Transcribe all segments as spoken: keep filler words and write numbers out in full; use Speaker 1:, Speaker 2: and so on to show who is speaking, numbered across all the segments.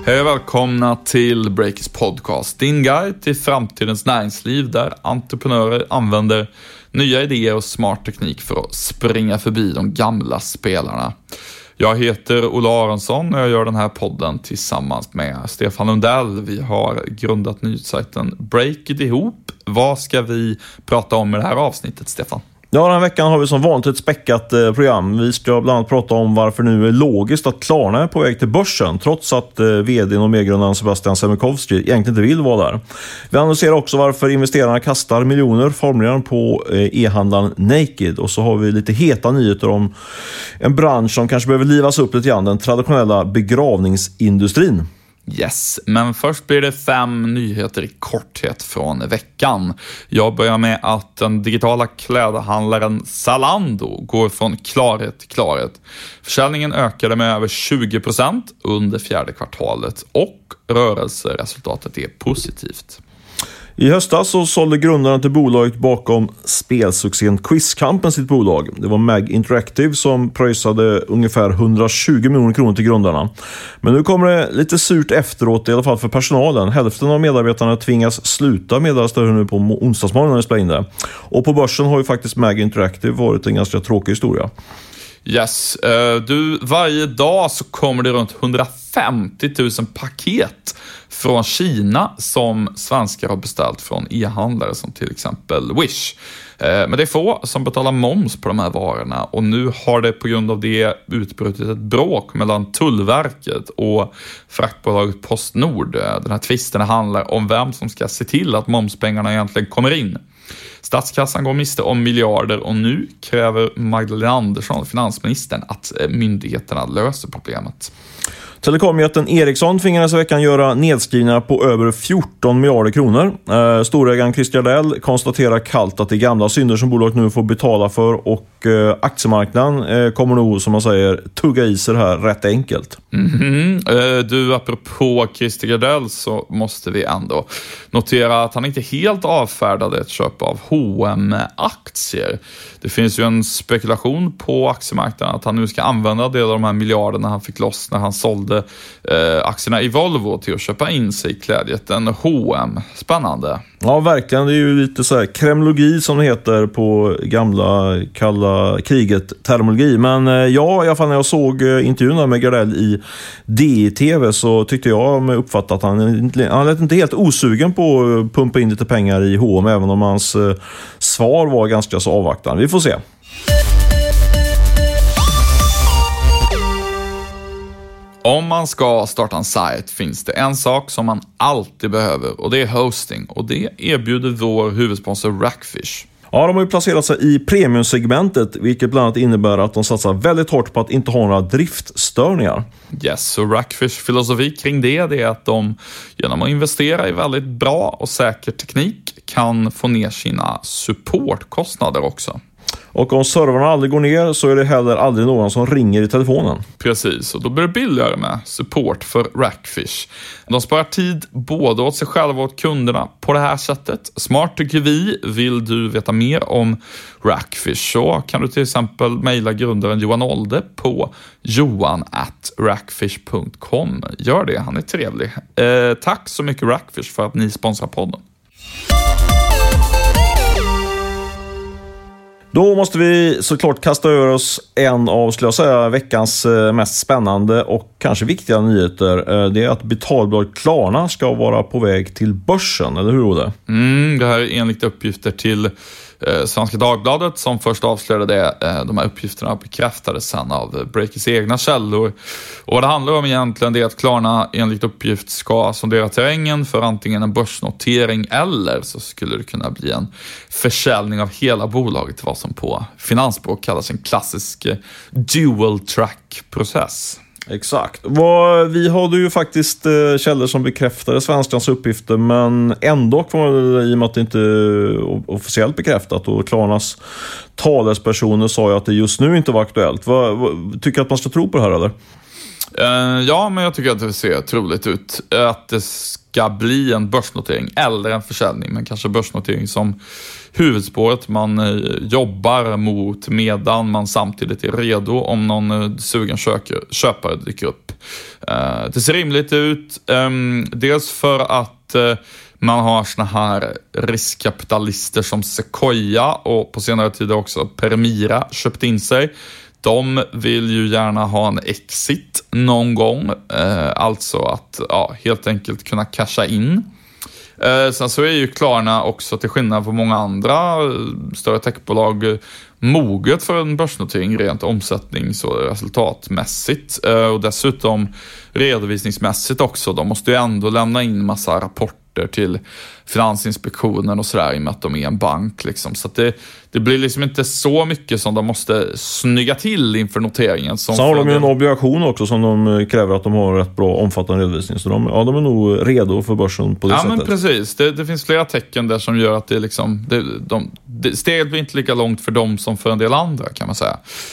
Speaker 1: Hej och välkomna till Breakers podcast, din guide till framtidens näringsliv där entreprenörer använder nya idéer och smart teknik för att springa förbi de gamla spelarna. Jag heter Ola Aronsson och jag gör den här podden tillsammans med Stefan Lundell. Vi har grundat nyhetssajten Break It ihop. Vad ska vi prata om i det här avsnittet, Stefan?
Speaker 2: Ja, den här veckan har vi som vanligt ett späckat eh, program. Vi ska bland annat prata om varför nu är logiskt att Klarna är på väg till börsen trots att eh, vdn och medgrundaren Sebastian Semikoski egentligen inte vill vara där. Vi analyserar också varför investerarna kastar miljoner formligen på eh, e-handlaren Naked. Och så har vi lite heta nyheter om en bransch som kanske behöver livas upp lite grann, den traditionella begravningsindustrin.
Speaker 1: Yes, men först blir det fem nyheter i korthet från veckan. Jag börjar med att den digitala klädhandlaren Zalando går från klarhet till klarhet. Försäljningen ökade med över tjugo procent under fjärde kvartalet och rörelseresultatet är positivt.
Speaker 2: I höstas så sålde grundaren till bolaget bakom spelsuccén Quizkampen sitt bolag. Det var Mag Interactive som pröjsade ungefär hundratjugo miljoner kronor till grundarna. Men nu kommer det lite surt efteråt, i alla fall för personalen. Hälften av medarbetarna tvingas sluta meddelas det nu på onsdagsmorgonen när vi spelar in det. Och på börsen har ju faktiskt Mag Interactive varit en ganska tråkig historia.
Speaker 1: Yes, du, varje dag så kommer det runt hundrafemtio tusen paket från Kina som svenskar har beställt från e-handlare som till exempel Wish. Men det är få som betalar moms på de här varorna och nu har det på grund av det utbrutit ett bråk mellan Tullverket och fraktbolaget PostNord. Den här tvisten handlar om vem som ska se till att momspengarna egentligen kommer in. Statskassan går miste om miljarder och nu kräver Magdalena Andersson, finansministern, att myndigheterna löser problemet.
Speaker 2: Telekomjätten Ericsson tvingades i veckan göra nedskrivningar på över fjorton miljarder kronor. Eh, Storägaren Christian Dell konstaterar kallt att det är gamla synder som bolaget nu får betala för och eh, aktiemarknaden eh, kommer nog, som man säger, tugga i sig det här rätt enkelt.
Speaker 1: Mm-hmm. Eh, du, apropå Christian Dell så måste vi ändå notera att han inte helt avfärdade ett köp av H och M-aktier. Det finns ju en spekulation på aktiemarknaden att han nu ska använda del av de här miljarderna han fick loss när han sålde eh, aktierna i Volvo till att köpa in sig i klädjätten H och M. Spännande.
Speaker 2: Ja, verkligen. Det är ju lite så här kremlogi som det heter på gamla kalla kriget-termologi. Men eh, ja, i alla fall när jag såg eh, intervjun med Gardell i D I T V så tyckte jag med uppfattat att han, han lät inte helt osugen på att pumpa in lite pengar i H och M, även om hans eh, svar var ganska så avvaktande. Vi får se.
Speaker 1: Om man ska starta en sajt finns det en sak som man alltid behöver och det är hosting, och det erbjuder vår huvudsponsor Rackfish.
Speaker 2: Ja, de har ju placerat sig i premiumsegmentet, vilket bland annat innebär att de satsar väldigt hårt på att inte ha några driftstörningar.
Speaker 1: Yes, så Rackfish filosofi kring det, det är att de genom att investera i väldigt bra och säker teknik kan få ner sina supportkostnader också.
Speaker 2: Och om servrarna aldrig går ner så är det heller aldrig någon som ringer i telefonen.
Speaker 1: Precis, och då blir det billigare med support för Rackfish. De sparar tid både åt sig själva och åt kunderna på det här sättet. Smart tycker vi. Vill du veta mer om Rackfish så kan du till exempel mejla grundaren Johan Olde på johan at rackfish punkt com. Gör det, han är trevlig. Eh, tack så mycket Rackfish för att ni sponsrar podden.
Speaker 2: Då måste vi såklart kasta över oss en av, skulle jag säga, veckans mest spännande och kanske viktiga nyheter. Det är att betalbolag Klarna ska vara på väg till börsen, eller hur är det? Mm,
Speaker 1: det här är enligt uppgifter till eh, Svenska Dagbladet som först avslöjade det. Eh, de här uppgifterna bekräftades sen av Breakers egna källor. Och vad det handlar om egentligen är att Klarna enligt uppgift ska sondera terrängen för antingen en börsnotering eller så skulle det kunna bli en försäljning av hela bolaget, vad som på finansspråk kallas en klassisk dual track process.
Speaker 2: Exakt. Vi hade ju faktiskt källor som bekräftade svenskans uppgifter, men ändå var det, i och med att det inte är officiellt bekräftat, och Klarnas talespersoner sa ju att det just nu inte var aktuellt. Vad, vad, tycker du att man ska tro på det här eller?
Speaker 1: Uh, ja, men jag tycker att det ser troligt ut att det ska bli en börsnotering eller en försäljning, men kanske börsnotering som huvudspåret man uh, jobbar mot medan man samtidigt är redo om någon uh, sugen köker, köpare dyker upp. Uh, det ser rimligt ut, um, dels för att uh, man har såna här riskkapitalister som Sequoia och på senare tid också Permira köpt in sig. De vill ju gärna ha en exit någon gång, eh, alltså att ja, helt enkelt kunna casha in. Eh, sen så är ju Klarna också, till skillnad från många andra större techbolag, moget för en börsnotering rent omsättnings- och resultatmässigt. Eh, och dessutom redovisningsmässigt också. De måste ju ändå lämna in massa rapporter till Finansinspektionen och sådär, i och med att de är en bank liksom. Så att det, det blir liksom inte så mycket som de måste snygga till inför noteringen. Som
Speaker 2: så har de ju en obligation också som de kräver att de har rätt bra omfattande redovisning. Så de, ja, de är nog redo för börsen på det
Speaker 1: ja,
Speaker 2: sättet.
Speaker 1: Ja, men precis. Det, det finns flera tecken där som gör att det liksom, det, de, det, steget blir inte lika långt för dem som för en del andra, kan man säga.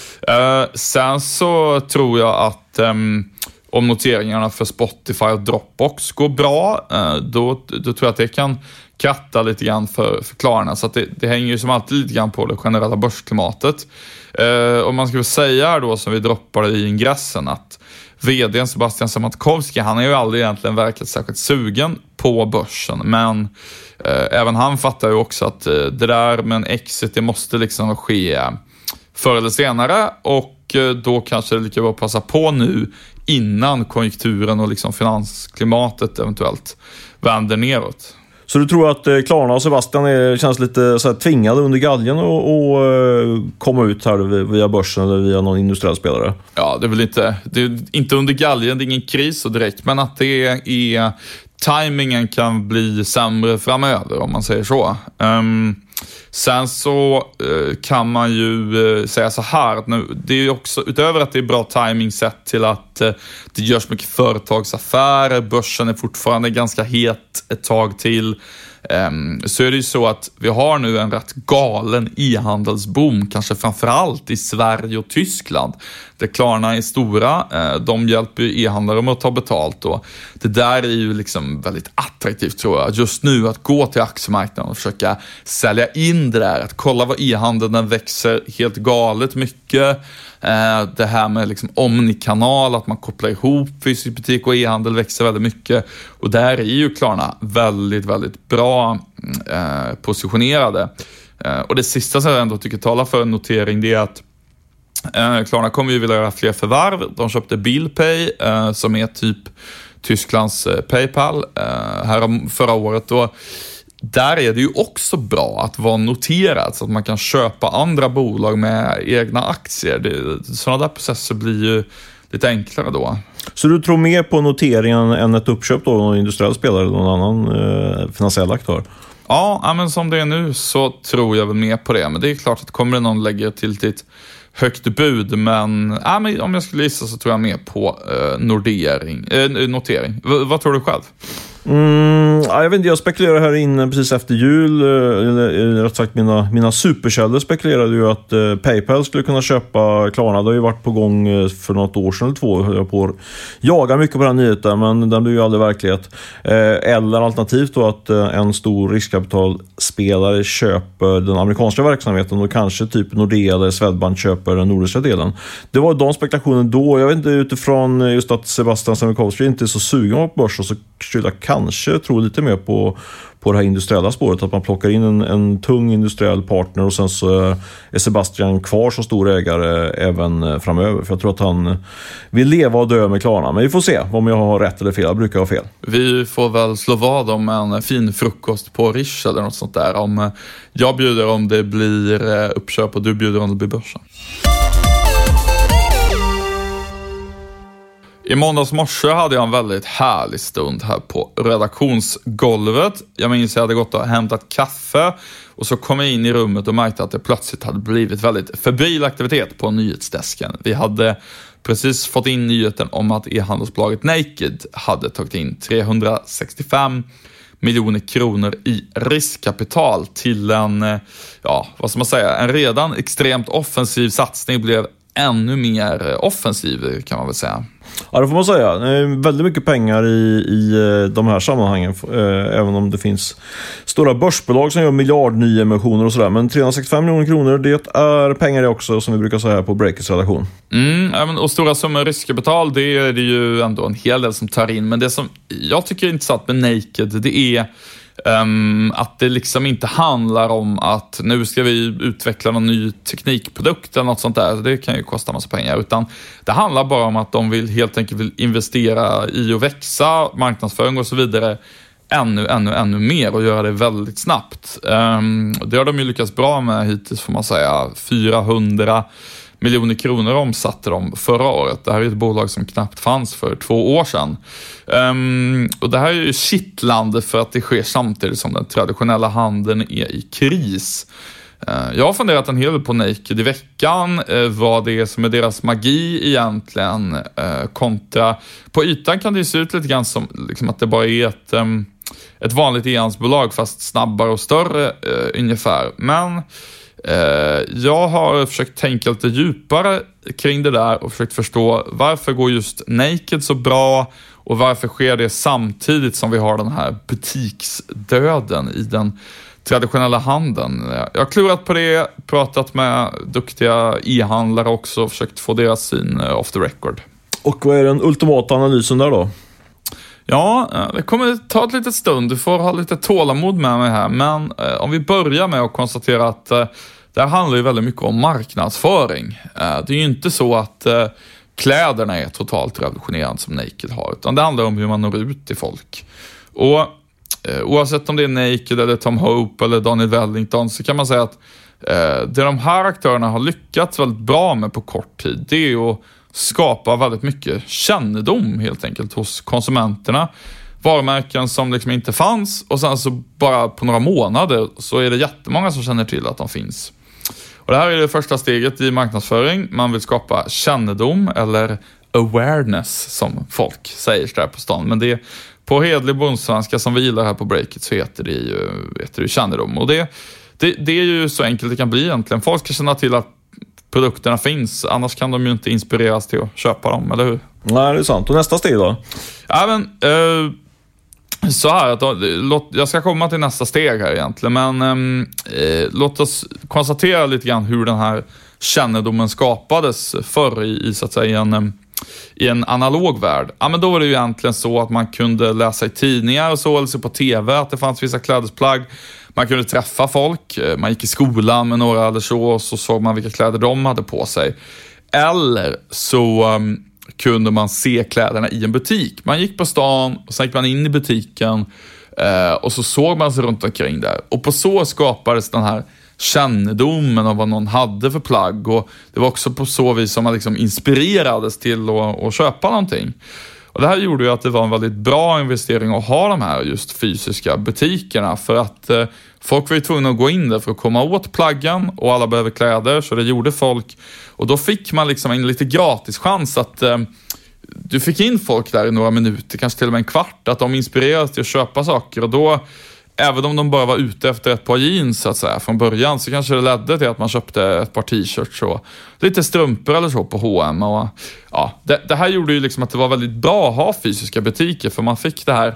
Speaker 1: Uh, sen så tror jag att um, om noteringarna för Spotify och Dropbox går bra, då, då tror jag att det kan kratta lite grann för, för Klarna. Så att det, det hänger ju som alltid lite grann på det generella börsklimatet. Eh, och man ska väl säga här då, som vi droppade i ingressen, att vdn Sebastian Siemiatkowski, han är ju aldrig egentligen verkat särskilt sugen på börsen. Men eh, även han fattar ju också att eh, det där med en exit, det måste liksom ske förr eller senare. Och eh, då kanske det lika bra passa på nu, innan konjunkturen och liksom finansklimatet eventuellt vänder neråt.
Speaker 2: Så du tror att eh, Klarna och Sebastian är, känns lite så här tvingade under galgen och, och eh, komma ut här via börsen eller via någon industriell spelare?
Speaker 1: Ja, det är väl inte, det är inte under galgen, det är ingen kris så direkt, men att det är, timingen kan bli sämre framöver, om man säger så. Um, Sen så eh, kan man ju eh, säga så här att nu, det är ju också, utöver att det är bra timing sett till att eh, det görs mycket företagsaffärer, börsen är fortfarande ganska het ett tag till, eh, så är det ju så att vi har nu en rätt galen e-handelsboom, kanske framförallt i Sverige och Tyskland, där Klarna är stora, eh, de hjälper ju e-handlare med att ta betalt, och det där är ju liksom väldigt attraktivt, tror jag, just nu, att gå till aktiemarknaden och försöka sälja in det där, att kolla vad e-handeln växer helt galet mycket, eh, det här med liksom omnikanal, att man kopplar ihop fysisk butik och e-handel växer väldigt mycket, och där är ju Klarna väldigt, väldigt bra eh, positionerade. Eh, och det sista som jag ändå tycker talar för en notering, det är att eh, Klarna kommer ju vilja göra fler förvärv. De köpte Billpay eh, som är typ Tysklands eh, PayPal eh, här förra året, och där är det ju också bra att vara noterat, så att man kan köpa andra bolag med egna aktier. Det, sådana där processer blir ju lite enklare då.
Speaker 2: Så du tror mer på noteringen än ett uppköp då, någon industriell spelare eller någon annan eh, finansiell aktör?
Speaker 1: Ja, men som det är nu så tror jag väl mer på det. Men det är klart att kommer det någon lägga till ett högt bud, men, ja, men om jag skulle gissa så tror jag mer på eh, nordering, eh, notering. V- vad tror du själv?
Speaker 2: Mm, jag vet inte, jag spekulerar här inne precis efter jul, eller, eller rätt sagt mina, mina superkällor spekulerade ju att eh, PayPal skulle kunna köpa Klarna. Det har ju varit på gång eh, för något år sedan eller två, höll jag på att jaga mycket på den nyheten, men den blir ju aldrig verklighet. Eh, eller alternativt då att eh, en stor riskkapitalspelare köper den amerikanska verksamheten och kanske typ Nordea eller Swedbank köper den nordiska delen. Det var de spekulationen då. Jag vet inte, utifrån just att Sebastian Siemiatkowski inte är så sugen på börsen, så skulle jag kanske tro lite mer på, på det här industriella spåret, att man plockar in en, en tung industriell partner och sen så är Sebastian kvar som stor ägare även framöver, för jag tror att han vill leva och dö med Klarna, men vi får se om jag har rätt eller fel. Jag brukar ha fel.
Speaker 1: Vi får väl slå vad om en fin frukost på Rish eller något sånt där, om jag bjuder om det blir uppköp och du bjuder om det blir börsen. I måndags morse hade jag en väldigt härlig stund här på redaktionsgolvet. Jag minns att jag hade gått och hämtat kaffe och så kom jag in i rummet och märkte att det plötsligt hade blivit väldigt febril aktivitet på nyhetsdesken. Vi hade precis fått in nyheten om att e-handelsbolaget Naked hade tagit in trehundrasextiofem miljoner kronor i riskkapital till en, ja, vad ska man säga, en redan extremt offensiv satsning blev ännu mer offensiv, kan man väl säga.
Speaker 2: Ja, det får man säga. Det är väldigt mycket pengar i, i de här sammanhangen, även om det finns stora börsbolag som gör miljardnyemissioner och sådär. Men trehundrasextiofem miljoner kronor, det är pengar det också, som vi brukar säga på Breakits redaktion.
Speaker 1: Mm, och stora summor riskkapital, det är det ju ändå en hel del som tar in. Men det som jag tycker är intressant med Naked, det är Um, att det liksom inte handlar om att nu ska vi utveckla någon ny teknikprodukt eller något sånt där. Det kan ju kosta massa pengar. Utan det handlar bara om att de vill helt enkelt vill investera i att växa, marknadsföring och så vidare ännu, ännu, ännu mer och göra det väldigt snabbt. Um, det har de ju lyckats bra med hittills, får man säga. fyrahundra miljoner kronor omsatte de förra året. Det här är ett bolag som knappt fanns för två år sedan. Um, och det här är ju kittlande för att det sker samtidigt som den traditionella handeln är i kris. Uh, jag har funderat en hel del på Naked i veckan. Uh, vad det är som är deras magi egentligen. Uh, kontra, på ytan kan det se ut lite grann som liksom att det bara är ett, um, ett vanligt e-handelsbolag fast snabbare och större uh, ungefär. Men jag har försökt tänka lite djupare kring det där och försökt förstå varför går just Naked så bra och varför sker det samtidigt som vi har den här butiksdöden i den traditionella handeln. Jag har klurat på det, pratat med duktiga e-handlare också och försökt få deras syn off the record.
Speaker 2: Och vad är den ultimata analysen där då?
Speaker 1: Ja, det kommer ta ett litet stund. Du får ha lite tålamod med mig här. Men eh, om vi börjar med att konstatera att eh, det här handlar ju väldigt mycket om marknadsföring. Eh, det är ju inte så att eh, kläderna är totalt revolutionerande som Naked har. Utan det handlar om hur man når ut till folk. Och eh, oavsett om det är Naked eller Tom Hope eller Daniel Wellington, så kan man säga att eh, det de här aktörerna har lyckats väldigt bra med på kort tid, det är ju att skapa väldigt mycket kännedom helt enkelt hos konsumenterna. Varumärken som liksom inte fanns, och sen så bara på några månader så är det jättemånga som känner till att de finns. Och det här är det första steget i marknadsföring. Man vill skapa kännedom, eller awareness som folk säger där på stan. Men det på hedlig bondsvenska som vi gillar här på Breakit så heter det ju, heter det kännedom. Och det, det, det är ju så enkelt det kan bli egentligen. Folk ska känna till att produkterna finns, annars kan de ju inte inspireras till att köpa dem, eller hur?
Speaker 2: Nej, det är sant. Och nästa steg då?
Speaker 1: Ja, men eh, så här, att, låt, jag ska komma till nästa steg här egentligen, men eh, låt oss konstatera lite grann hur den här kännedomen skapades förr i, i så att säga en, i en analog värld. Ja, men då var det ju egentligen så att man kunde läsa i tidningar och så, eller se på tv att det fanns vissa klädesplagg. Man kunde träffa folk, man gick i skolan med några eller så, och så såg man vilka kläder de hade på sig. Eller så um, kunde man se kläderna i en butik. Man gick på stan och sen gick man in i butiken uh, och så såg man sig runt omkring där. Och på så skapades den här kännedomen av vad någon hade för plagg. Och det var också på så vis som man liksom inspirerades till att, att köpa någonting. Och det här gjorde ju att det var en väldigt bra investering att ha de här just fysiska butikerna, för att eh, folk var ju tvungna att gå in där för att komma åt plaggen, och alla behöver kläder, så det gjorde folk. Och då fick man liksom en lite gratis chans att eh, du fick in folk där i några minuter, kanske till och med en kvart, att de inspirerades till att köpa saker. Och då, även om de bara var ute efter ett par jeans så att säga från början, så kanske det ledde till att man köpte ett par t-shirts och lite strumpor eller så på H och M. Och ja, det, det här gjorde ju liksom att det var väldigt bra att ha fysiska butiker, för man fick det här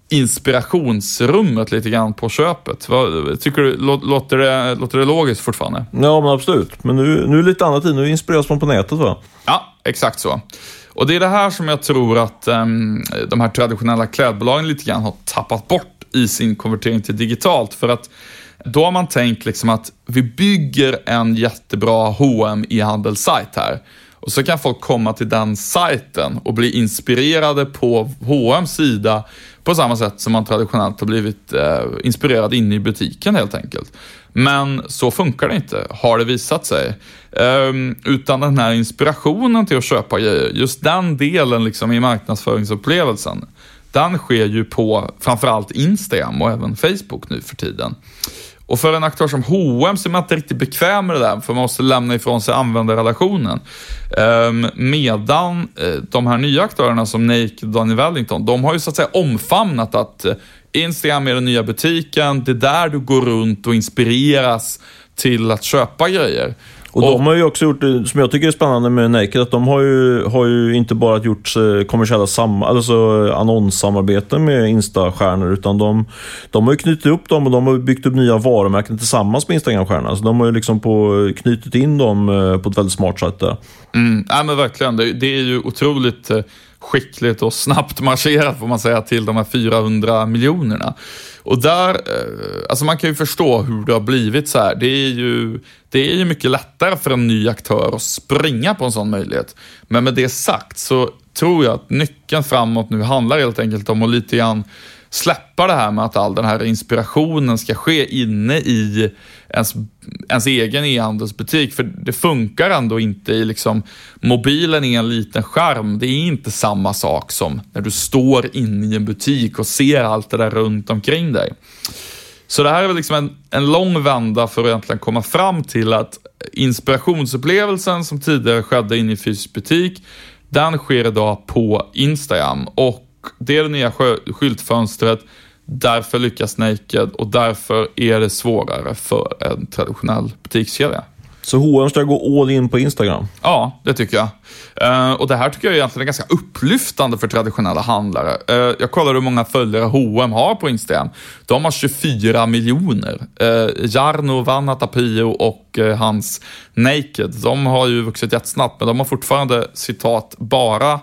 Speaker 1: inspirationsrummet lite grann på köpet. Vad, tycker du, lå, låter, det, låter det logiskt fortfarande?
Speaker 2: Ja, men absolut. Men nu, nu är det lite annat tid, nu inspireras man på nätet, va?
Speaker 1: Ja, exakt så. Och det är det här som jag tror att um, de här traditionella klädbolagen lite grann har tappat bort i sin konvertering till digitalt. För att då har man tänkt liksom att vi bygger en jättebra H och M e-handelssajt här. Och så kan folk komma till den sajten och bli inspirerade på H och M's sida på samma sätt som man traditionellt har blivit eh, inspirerad in i butiken helt enkelt. Men så funkar det inte, har det visat sig. Um, utan den här inspirationen till att köpa grejer, just den delen liksom i marknadsföringsupplevelsen, den sker ju på framförallt Instagram och även Facebook nu för tiden. Och för en aktör som H och M så är man inte riktigt bekväm med det där, för man måste lämna ifrån sig användarrelationen. Um, medan uh, de här nya aktörerna som Naked och Daniel Wellington, de har ju så att säga omfamnat att uh, Instagram är den nya butiken, det är där du går runt och inspireras till att köpa grejer.
Speaker 2: Och, och de har ju också gjort, som jag tycker är spännande med Naked, att de har ju, har ju inte bara gjort kommersiella sam, alltså annonssamarbeten med Insta-stjärnor, utan de, de har ju knutit upp dem och de har byggt upp nya varumärken tillsammans med Instagram-stjärnor. Så de har ju liksom på, knutit in dem på ett väldigt smart sätt där.
Speaker 1: Mm, ja, men verkligen. Det, det är ju otroligt skickligt och snabbt marscherat, får man säga, till de här fyrahundra miljonerna. Och där, alltså man kan ju förstå hur det har blivit så här. Det är ju, det är ju mycket lättare för en ny aktör att springa på en sån möjlighet. Men med det sagt så tror jag att nyckeln framåt nu handlar helt enkelt om att lite grann släppa det här med att all den här inspirationen ska ske inne i ens, ens egen e-handelsbutik. För det funkar ändå inte i liksom, mobilen är en liten skärm. Det är inte samma sak som när du står inne i en butik och ser allt det där runt omkring dig. Så det här är väl liksom en, en lång vända för att egentligen komma fram till att inspirationsupplevelsen som tidigare skedde inne i fysisk butik, den sker idag på Instagram. Och det är det nya skyltfönstret. Därför lyckas Naked och därför är det svårare för en traditionell butikskedja.
Speaker 2: Så H och M ska gå all in på Instagram?
Speaker 1: Ja, det tycker jag. Uh, och det här tycker jag egentligen är ganska upplyftande för traditionella handlare. Uh, jag kollar hur många följare H och M har på Instagram. De har tjugofyra miljoner. Uh, Jarno, Vanna Tapio och uh, hans Naked, de har ju vuxit jättesnabbt, men de har fortfarande, citat, bara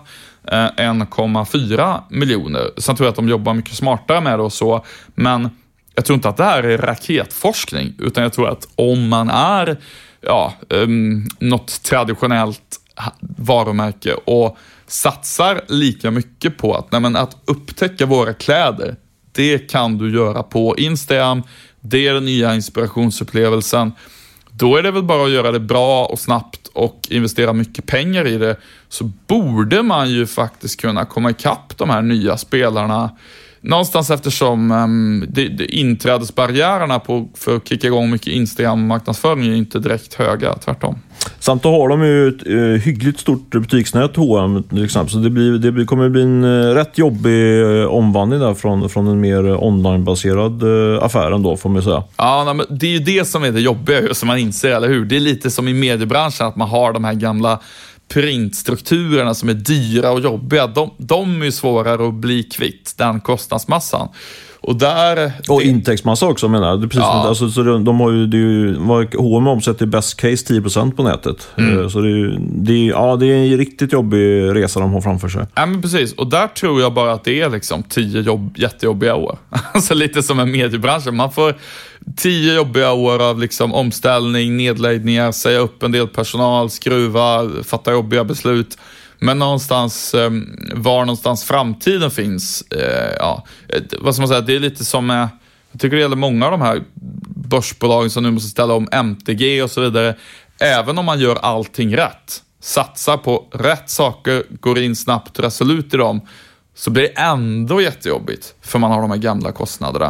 Speaker 1: en komma fyra miljoner. Sen tror jag att de jobbar mycket smartare med det och så. Men jag tror inte att det här är raketforskning, utan jag tror att om man är ja, um, något traditionellt varumärke och satsar lika mycket på att, nej men, att upptäcka våra kläder, det kan du göra på Instagram. Det är den nya inspirationsupplevelsen. Då är det väl bara att göra det bra och snabbt och investera mycket pengar i det, så borde man ju faktiskt kunna komma ikapp de här nya spelarna någonstans, eftersom um, det, det inträdesbarriärerna på, för att kicka igång mycket Instagram-marknadsföring är inte direkt höga, tvärtom.
Speaker 2: Samtidigt har de ju ett uh, hyggligt stort butiksnät, H och M till exempel, så det, blir, det blir, kommer bli en uh, rätt jobbig uh, omvandling där från, från en mer uh, online-baserad uh, affär ändå, får man säga.
Speaker 1: Ja, nej, men det är ju det som är det jobbiga, som man inser, eller hur? Det är lite som i mediebranschen, att man har de här gamla printstrukturerna som är dyra och jobbiga. De, de är ju svårare att bli kvitt, den kostnadsmassan. Och där...
Speaker 2: Och
Speaker 1: det...
Speaker 2: intäktsmassa också, menar jag. Det är precis ja. som, alltså, så de, de har ju, det är ju, H och M omsätter best case tio procent på nätet. Mm. Så det är ju, det är, ja, det är en riktigt jobbig resa de har framför sig.
Speaker 1: Ja, men precis. Och där tror jag bara att det är liksom tio jobb, jättejobbiga år. Alltså lite som en mediebransch. Man får tio jobbiga år av liksom omställning, nedläggningar, säga upp en del personal, skruva, fatta jobbiga beslut. Men någonstans, eh, var någonstans framtiden finns, eh, ja, vad ska man säga, det är lite som, eh, jag tycker det gäller många av de här börsbolagen som nu måste ställa om M T G och så vidare. Även om man gör allting rätt, satsar på rätt saker, går in snabbt, resolut i dem, så blir det ändå jättejobbigt, för man har de här gamla kostnaderna.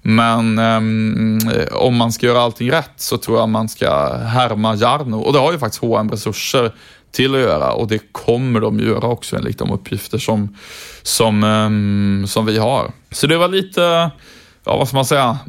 Speaker 1: Men eh, om man ska göra allting rätt, så tror jag man ska härma Jarno, och det har ju faktiskt H och M resurser till att göra, och det kommer de göra också enligt de uppgifter som, som, um, som vi har. Så det var lite, ja, vad ska man säga,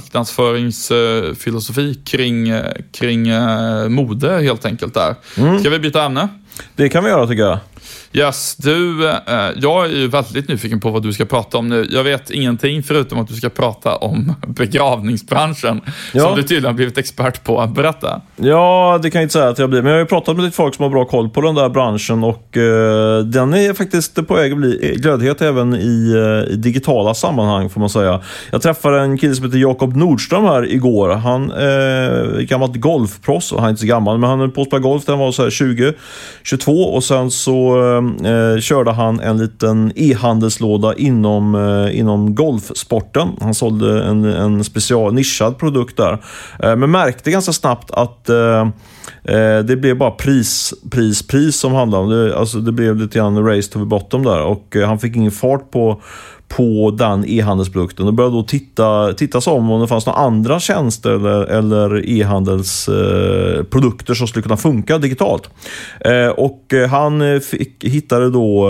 Speaker 1: marknadsföringsfilosofi kring, kring uh, mode helt enkelt där. Mm. Ska vi byta ämne?
Speaker 2: Det kan vi göra, tycker jag.
Speaker 1: Yes, du, eh, jag är ju väldigt nyfiken på vad du ska prata om nu. Jag vet ingenting förutom att du ska prata om begravningsbranschen, ja, som du tydligen har blivit expert på. Berätta. Ja,
Speaker 2: det kan jag inte säga att jag blir. Men jag har ju pratat med lite folk som har bra koll på den där branschen, och eh, den är faktiskt på väg att bli glödhet även i, eh, i digitala sammanhang, får man säga. Jag träffade en kille som heter Jakob Nordström här igår. Han är eh, gammalt golfproffs, och han är inte så gammal, men han är på att spela golf. Den var så här tjugo tjugotvå, och sen så Eh, körde han en liten e-handelslåda inom, eh, inom golfsporten. Han sålde en, en special nischad produkt där. Eh, men märkte ganska snabbt att eh, eh, det blev bara pris, pris, pris som handlade om det. Alltså det blev lite grann race to the bottom där, och eh, han fick ingen fart på på den e-handelsprodukten och började då titta, titta sig om om det fanns några andra tjänster eller, eller e-handelsprodukter som skulle kunna funka digitalt. Eh, och han fick, hittade då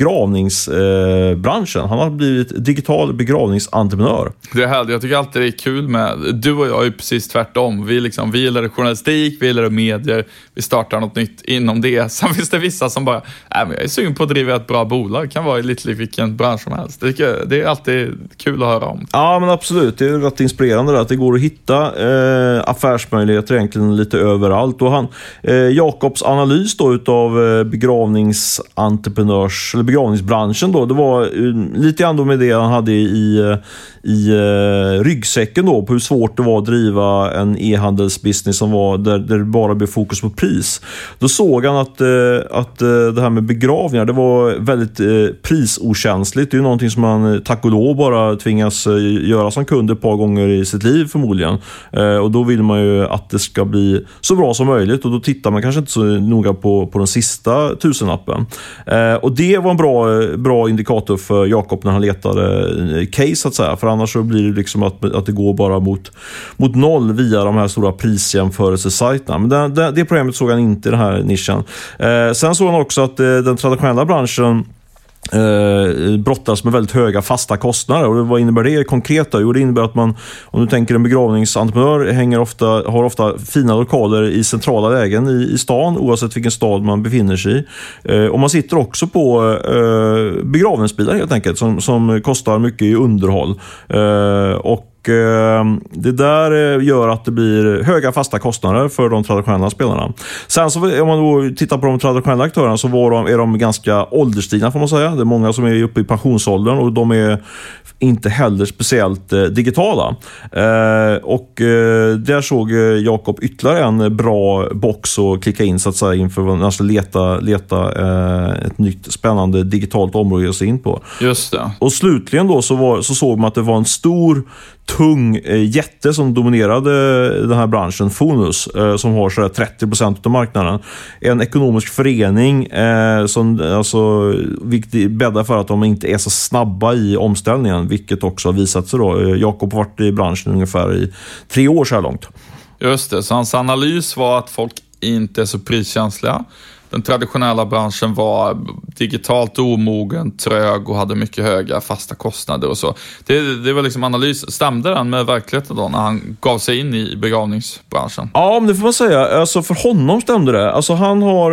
Speaker 2: begravningsbranschen. Han har blivit digital begravningsentreprenör.
Speaker 1: Det är härligt. Jag tycker alltid det är kul med, du och jag är precis tvärtom. Vi, liksom, vi gillar journalistik, vi gillar medier, vi startar något nytt inom det. Sen finns det vissa som bara, äh, men jag är sugen på att driva ett bra bolag. Det kan vara i lite vilken bransch som helst. Det är, det är alltid kul att höra om.
Speaker 2: Ja, men absolut. Det är rätt inspirerande där, att det går att hitta eh, affärsmöjligheter egentligen lite överallt. Och han, eh, Jakobs analys då utav eh, begravningsentreprenörs eller begravningsbranschen då, det var eh, lite grann med det han hade i, i eh, ryggsäcken då, på hur svårt det var att driva en e-handelsbusiness som var där, där det bara blev fokus på pris. Då såg han att, eh, att eh, det här med begravningar, det var väldigt eh, prisokänsligt. Det är ju någonting som man tack och lov bara tvingas eh, göra som kund ett par gånger i sitt liv förmodligen. Eh, och då vill man ju att det ska bli så bra som möjligt, och då tittar man kanske inte så noga på, på den sista tusenlappen. Eh, och det var en bra, bra indikator för Jakob när han letade case så att säga, för annars så blir det liksom att, att det går bara mot, mot noll via de här stora prisjämförelsesajterna. Men det, det, det problemet såg han inte i den här nischen. Eh, sen såg han också att eh, den traditionella branschen Eh, brottas med väldigt höga fasta kostnader. Och vad innebär det konkret då? Jo, det innebär att man, om du tänker en begravningsentreprenör, hänger ofta, har ofta fina lokaler i centrala lägen i, i stan, oavsett vilken stad man befinner sig i. Eh, och man sitter också på eh, begravningsbilar helt enkelt, som, som kostar mycket i underhåll. Eh, och det där gör att det blir höga fasta kostnader för de traditionella spelarna. Sen så, om man då tittar på de traditionella aktörerna, så var de, är de ganska ålderstigna får man säga. Det är många som är uppe i pensionsåldern, och de är inte heller speciellt eh, digitala. Eh, och eh, där såg Jakob ytterligare en bra box att klicka in så att säga, inför att leta, leta eh, ett nytt spännande digitalt område att ge sig in på.
Speaker 1: Just det.
Speaker 2: Och slutligen då så, var, så såg man att det var en stor tung eh, jätte som dominerade den här branschen, Fonus, eh, som har så trettio procent av marknaden. En ekonomisk förening eh, som alltså, vilket bäddar för att de inte är så snabba i omställningen, vilket också har visat sig då. Eh, Jakob har varit i branschen ungefär i tre år så här långt.
Speaker 1: Just det, så hans analys var att folk inte är så priskänsliga. Den traditionella branschen var digitalt omogen, trög och hade mycket höga fasta kostnader och så. Det, det var liksom analys. Stämde den med verkligheten då när han gav sig in i begravningsbranschen?
Speaker 2: Ja, men det får man säga. Alltså för honom stämde det. Alltså han har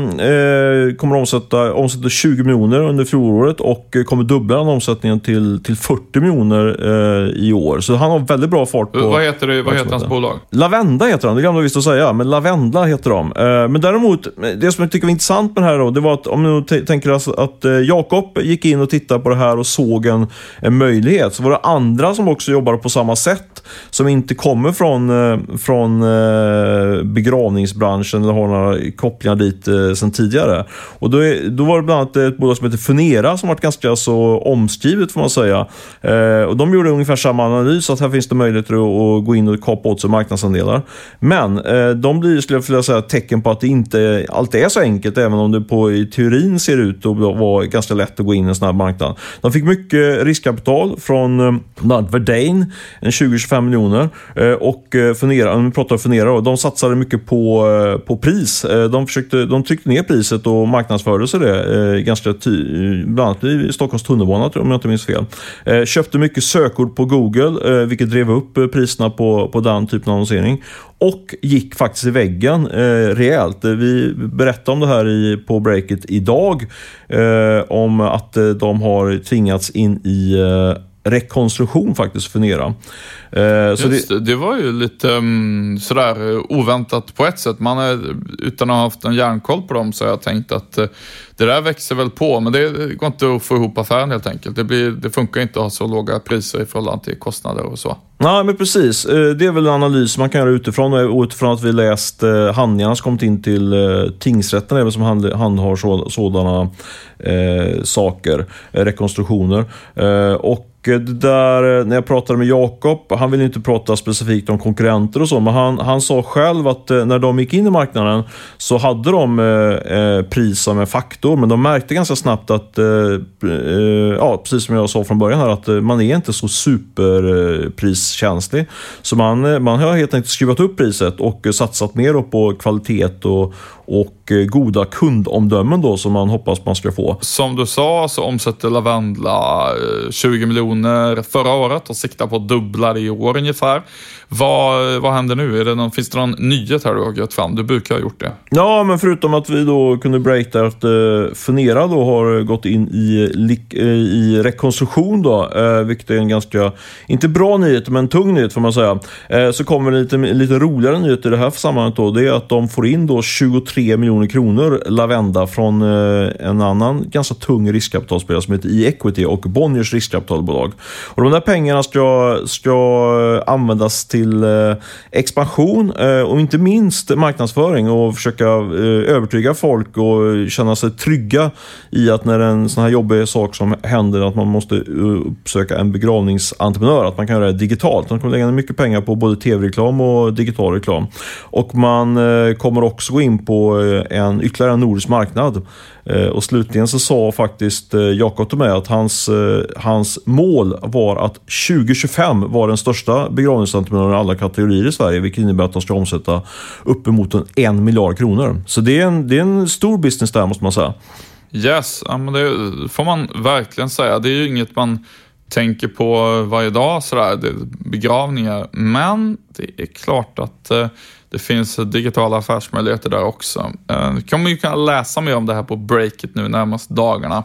Speaker 2: eh, kommer omsätta, omsätta tjugo miljoner under fjolåret och kommer dubbla den omsättningen till, till fyrtio miljoner eh, i år. Så han har väldigt bra fart på...
Speaker 1: Vad heter det? Vad heter hans bolag?
Speaker 2: Lavenda heter han. Det glömde jag visst att säga. Men Lavenda heter de. Eh, men däremot, det som jag tycker var intressant med det här då, det var att om du t- tänker alltså att eh, Jakob gick in och tittade på det här och såg en, en möjlighet, så var det andra som också jobbade på samma sätt, som inte kommer från, eh, från eh, begravningsbranschen eller har några kopplingar dit eh, sedan tidigare. Och då, är, då var det bland annat ett bolag som heter Funera som var ganska så omskrivet får man säga. Eh, och de gjorde ungefär samma analys, att här finns det möjligheter att, att gå in och kapa åt sig marknadsandelar. Men eh, de blir, skulle jag vilja säga, tecken på att det inte alltid är så enkelt, även om det på i teorin ser ut att vara ganska lätt att gå in i en sån här marknad. De fick mycket riskkapital från eh, Verdane, en tjugo till tjugofem miljoner, eh, och eh, Funera, om vi pratar om Funera, de satsade mycket på, eh, på pris. Eh, de, försökte, de tryckte ner priset och marknadsförde sig det eh, ganska ty- bland annat i Stockholms tunnelbana, om jag inte minns fel. Eh, köpte mycket sökord på Google, eh, vilket drev upp eh, priserna på, på den typen av annonsering. Och gick faktiskt i väggen eh, rejält. Vi berättade om det här i, på breaket idag. Eh, om att eh, de har tvingats in i eh, rekonstruktion faktiskt, Funera. Eh, så
Speaker 1: Just det, det var ju lite um, sådär oväntat på ett sätt. Man är, utan att ha haft en järnkoll på dem, så har jag tänkt att uh, det där växer väl på, men det går inte att få ihop affären helt enkelt. Det, blir, det funkar inte att ha så låga priser i förhållande till kostnader och så.
Speaker 2: Nej, men precis. Det är väl en analys man kan göra utifrån, och utifrån att vi läst handlingarna som kommit in till tingsrätten även som hand, handhar så, sådana eh, saker, rekonstruktioner. Eh, och det där, när jag pratade med Jakob, han vill inte prata specifikt om konkurrenter och så, men han, han sa själv att när de gick in i marknaden så hade de eh, pris som en faktor, men de märkte ganska snabbt att eh, ja, precis som jag sa från början här, att man är inte så superpriskänslig. Så man, man har helt enkelt skruvat upp priset och satsat mer på kvalitet och, och goda kundomdömen då, som man hoppas man ska få.
Speaker 1: Som du sa så omsätter Lavendla tjugo miljoner förra året och siktar på att dubbla det i år ungefär. Vad, vad händer nu? Är det någon, finns det någon nyhet här du har gett fram? Du brukar ha gjort det.
Speaker 2: Ja, men förutom att vi då kunde breaka att uh, Funera då har gått in i, i rekonstruktion då, uh, vilket är en ganska, inte bra nyhet, men tung nyhet får man säga. Uh, så kommer en lite, lite roligare nyhet i det här sammanhanget då. Det är att de får in då tjugotre miljoner kronor Lavenda från uh, en annan ganska tung riskkapitalspelare som heter eEquity och Bonniers riskkapitalbolag. Och de där pengarna ska, ska användas till till eh, expansion eh, och inte minst marknadsföring och försöka eh, övertyga folk och känna sig trygga i att när en sån här jobbig sak som händer, att man måste uh, uppsöka en begravningsentreprenör, att man kan göra det digitalt. De kommer lägga ner mycket pengar på både tv-reklam och digital reklam. Och man eh, kommer också gå in på eh, en ytterligare en nordisk marknad. Eh, och slutligen så sa faktiskt eh, Jakob till mig att hans, eh, hans mål var att tjugo tjugofem var den största begravningsentreprenören i alla kategorier i Sverige, vilket innebär att de ska omsätta uppemot en, en miljard kronor. Så det är, en, det är en stor business där, måste man säga.
Speaker 1: Yes, ja, men det får man verkligen säga. Det är ju inget man tänker på varje dag sådär, det är begravningar. Men det är klart att eh, det finns digitala affärsmöjligheter där också. Eh, kan man ju kunna läsa mer om det här på Breakit nu närmaste dagarna.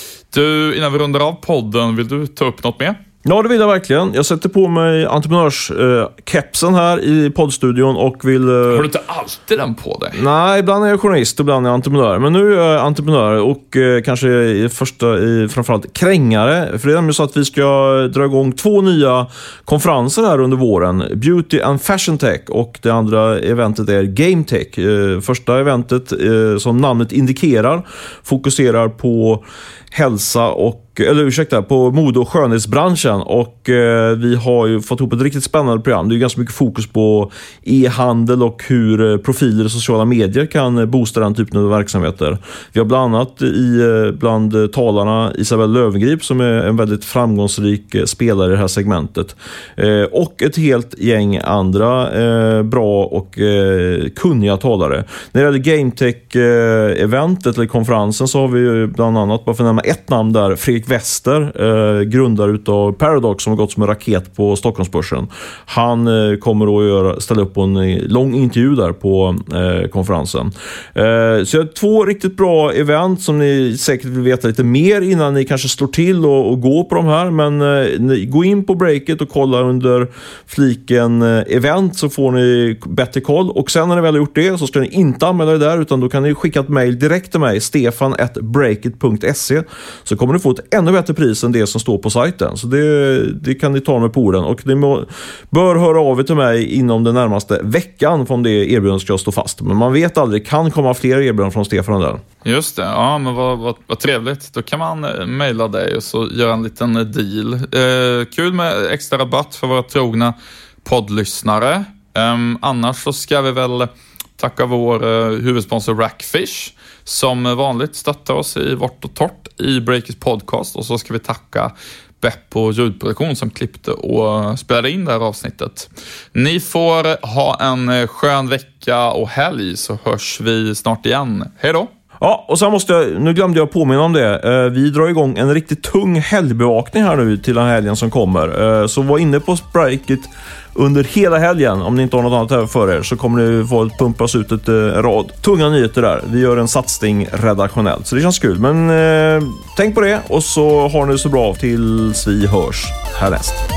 Speaker 1: Du, innan vi rundar av podden, vill du ta upp något mer?
Speaker 2: Ja, det vill jag verkligen. Jag sätter på mig entreprenörskepsen eh, här i poddstudion och vill... Eh...
Speaker 1: Har du inte alltid den på dig?
Speaker 2: Nej, ibland är jag journalist och ibland är jag entreprenör. Men nu är jag entreprenör och eh, kanske i första, i, framförallt krängare. För det är nämligen så att vi ska dra igång två nya konferenser här under våren. Beauty and Fashion Tech och det andra eventet är Game Tech. Eh, första eventet, eh, som namnet indikerar, fokuserar på hälsa och eller ursäkta, på mode- och skönhetsbranschen, och eh, vi har ju fått ihop ett riktigt spännande program. Det är ganska mycket fokus på e-handel och hur eh, profiler i sociala medier kan boosta den typen av verksamheter. Vi har bland annat i, eh, bland talarna Isabelle Löwengrip som är en väldigt framgångsrik eh, spelare i det här segmentet. Eh, och ett helt gäng andra eh, bra och eh, kunniga talare. När det gäller GameTech-eventet eh, eller konferensen så har vi ju bland annat, bara för att nämna ett namn där, Fredrik Wester, eh, grundare utav Paradox som har gått som en raket på Stockholmsbörsen. Han eh, kommer att göra, ställa upp på en lång intervju där på eh, konferensen. Eh, så jag har två riktigt bra event som ni säkert vill veta lite mer innan ni kanske slår till och, och går på de här. Men eh, ni, gå in på Breakit och kolla under fliken eh, event så får ni bättre koll. Och sen när ni väl har gjort det så ska ni inte anmäla det där, utan då kan ni skicka ett mejl direkt till mig, stefan at breakit punkt se, så kommer ni få ett ännu bättre pris än det som står på sajten. Så det, det kan ni ta med på orden. Och ni må, bör höra av er till mig inom den närmaste veckan från det erbjudandet ska stå fast. Men man vet aldrig, det kan komma fler erbjudanden från Stefan där.
Speaker 1: Just det, ja men vad, vad, vad trevligt. Då kan man mejla dig och så göra en liten deal. Eh, kul med extra rabatt för våra trogna poddlyssnare. Eh, annars så ska vi väl tacka vår eh, huvudsponsor Rackfish som vanligt stöttar oss i vårt och torrt i Breakits podcast, och så ska vi tacka Beppo ljudproduktion som klippte och spelade in det här avsnittet. Ni får ha en skön vecka och helg, så hörs vi snart igen. Hej då!
Speaker 2: Ja, och sen måste jag, nu glömde jag påminna om det. Vi drar igång en riktigt tung helgbevakning här nu till den helgen som kommer. Så var inne på Breakit under hela helgen. Om ni inte har något annat här för er så kommer det få pumpas ut ett rad tunga nyheter där. Vi gör en satsning redaktionellt, så det känns kul. Men eh, tänk på det, och så har ni så bra tills vi hörs härnäst.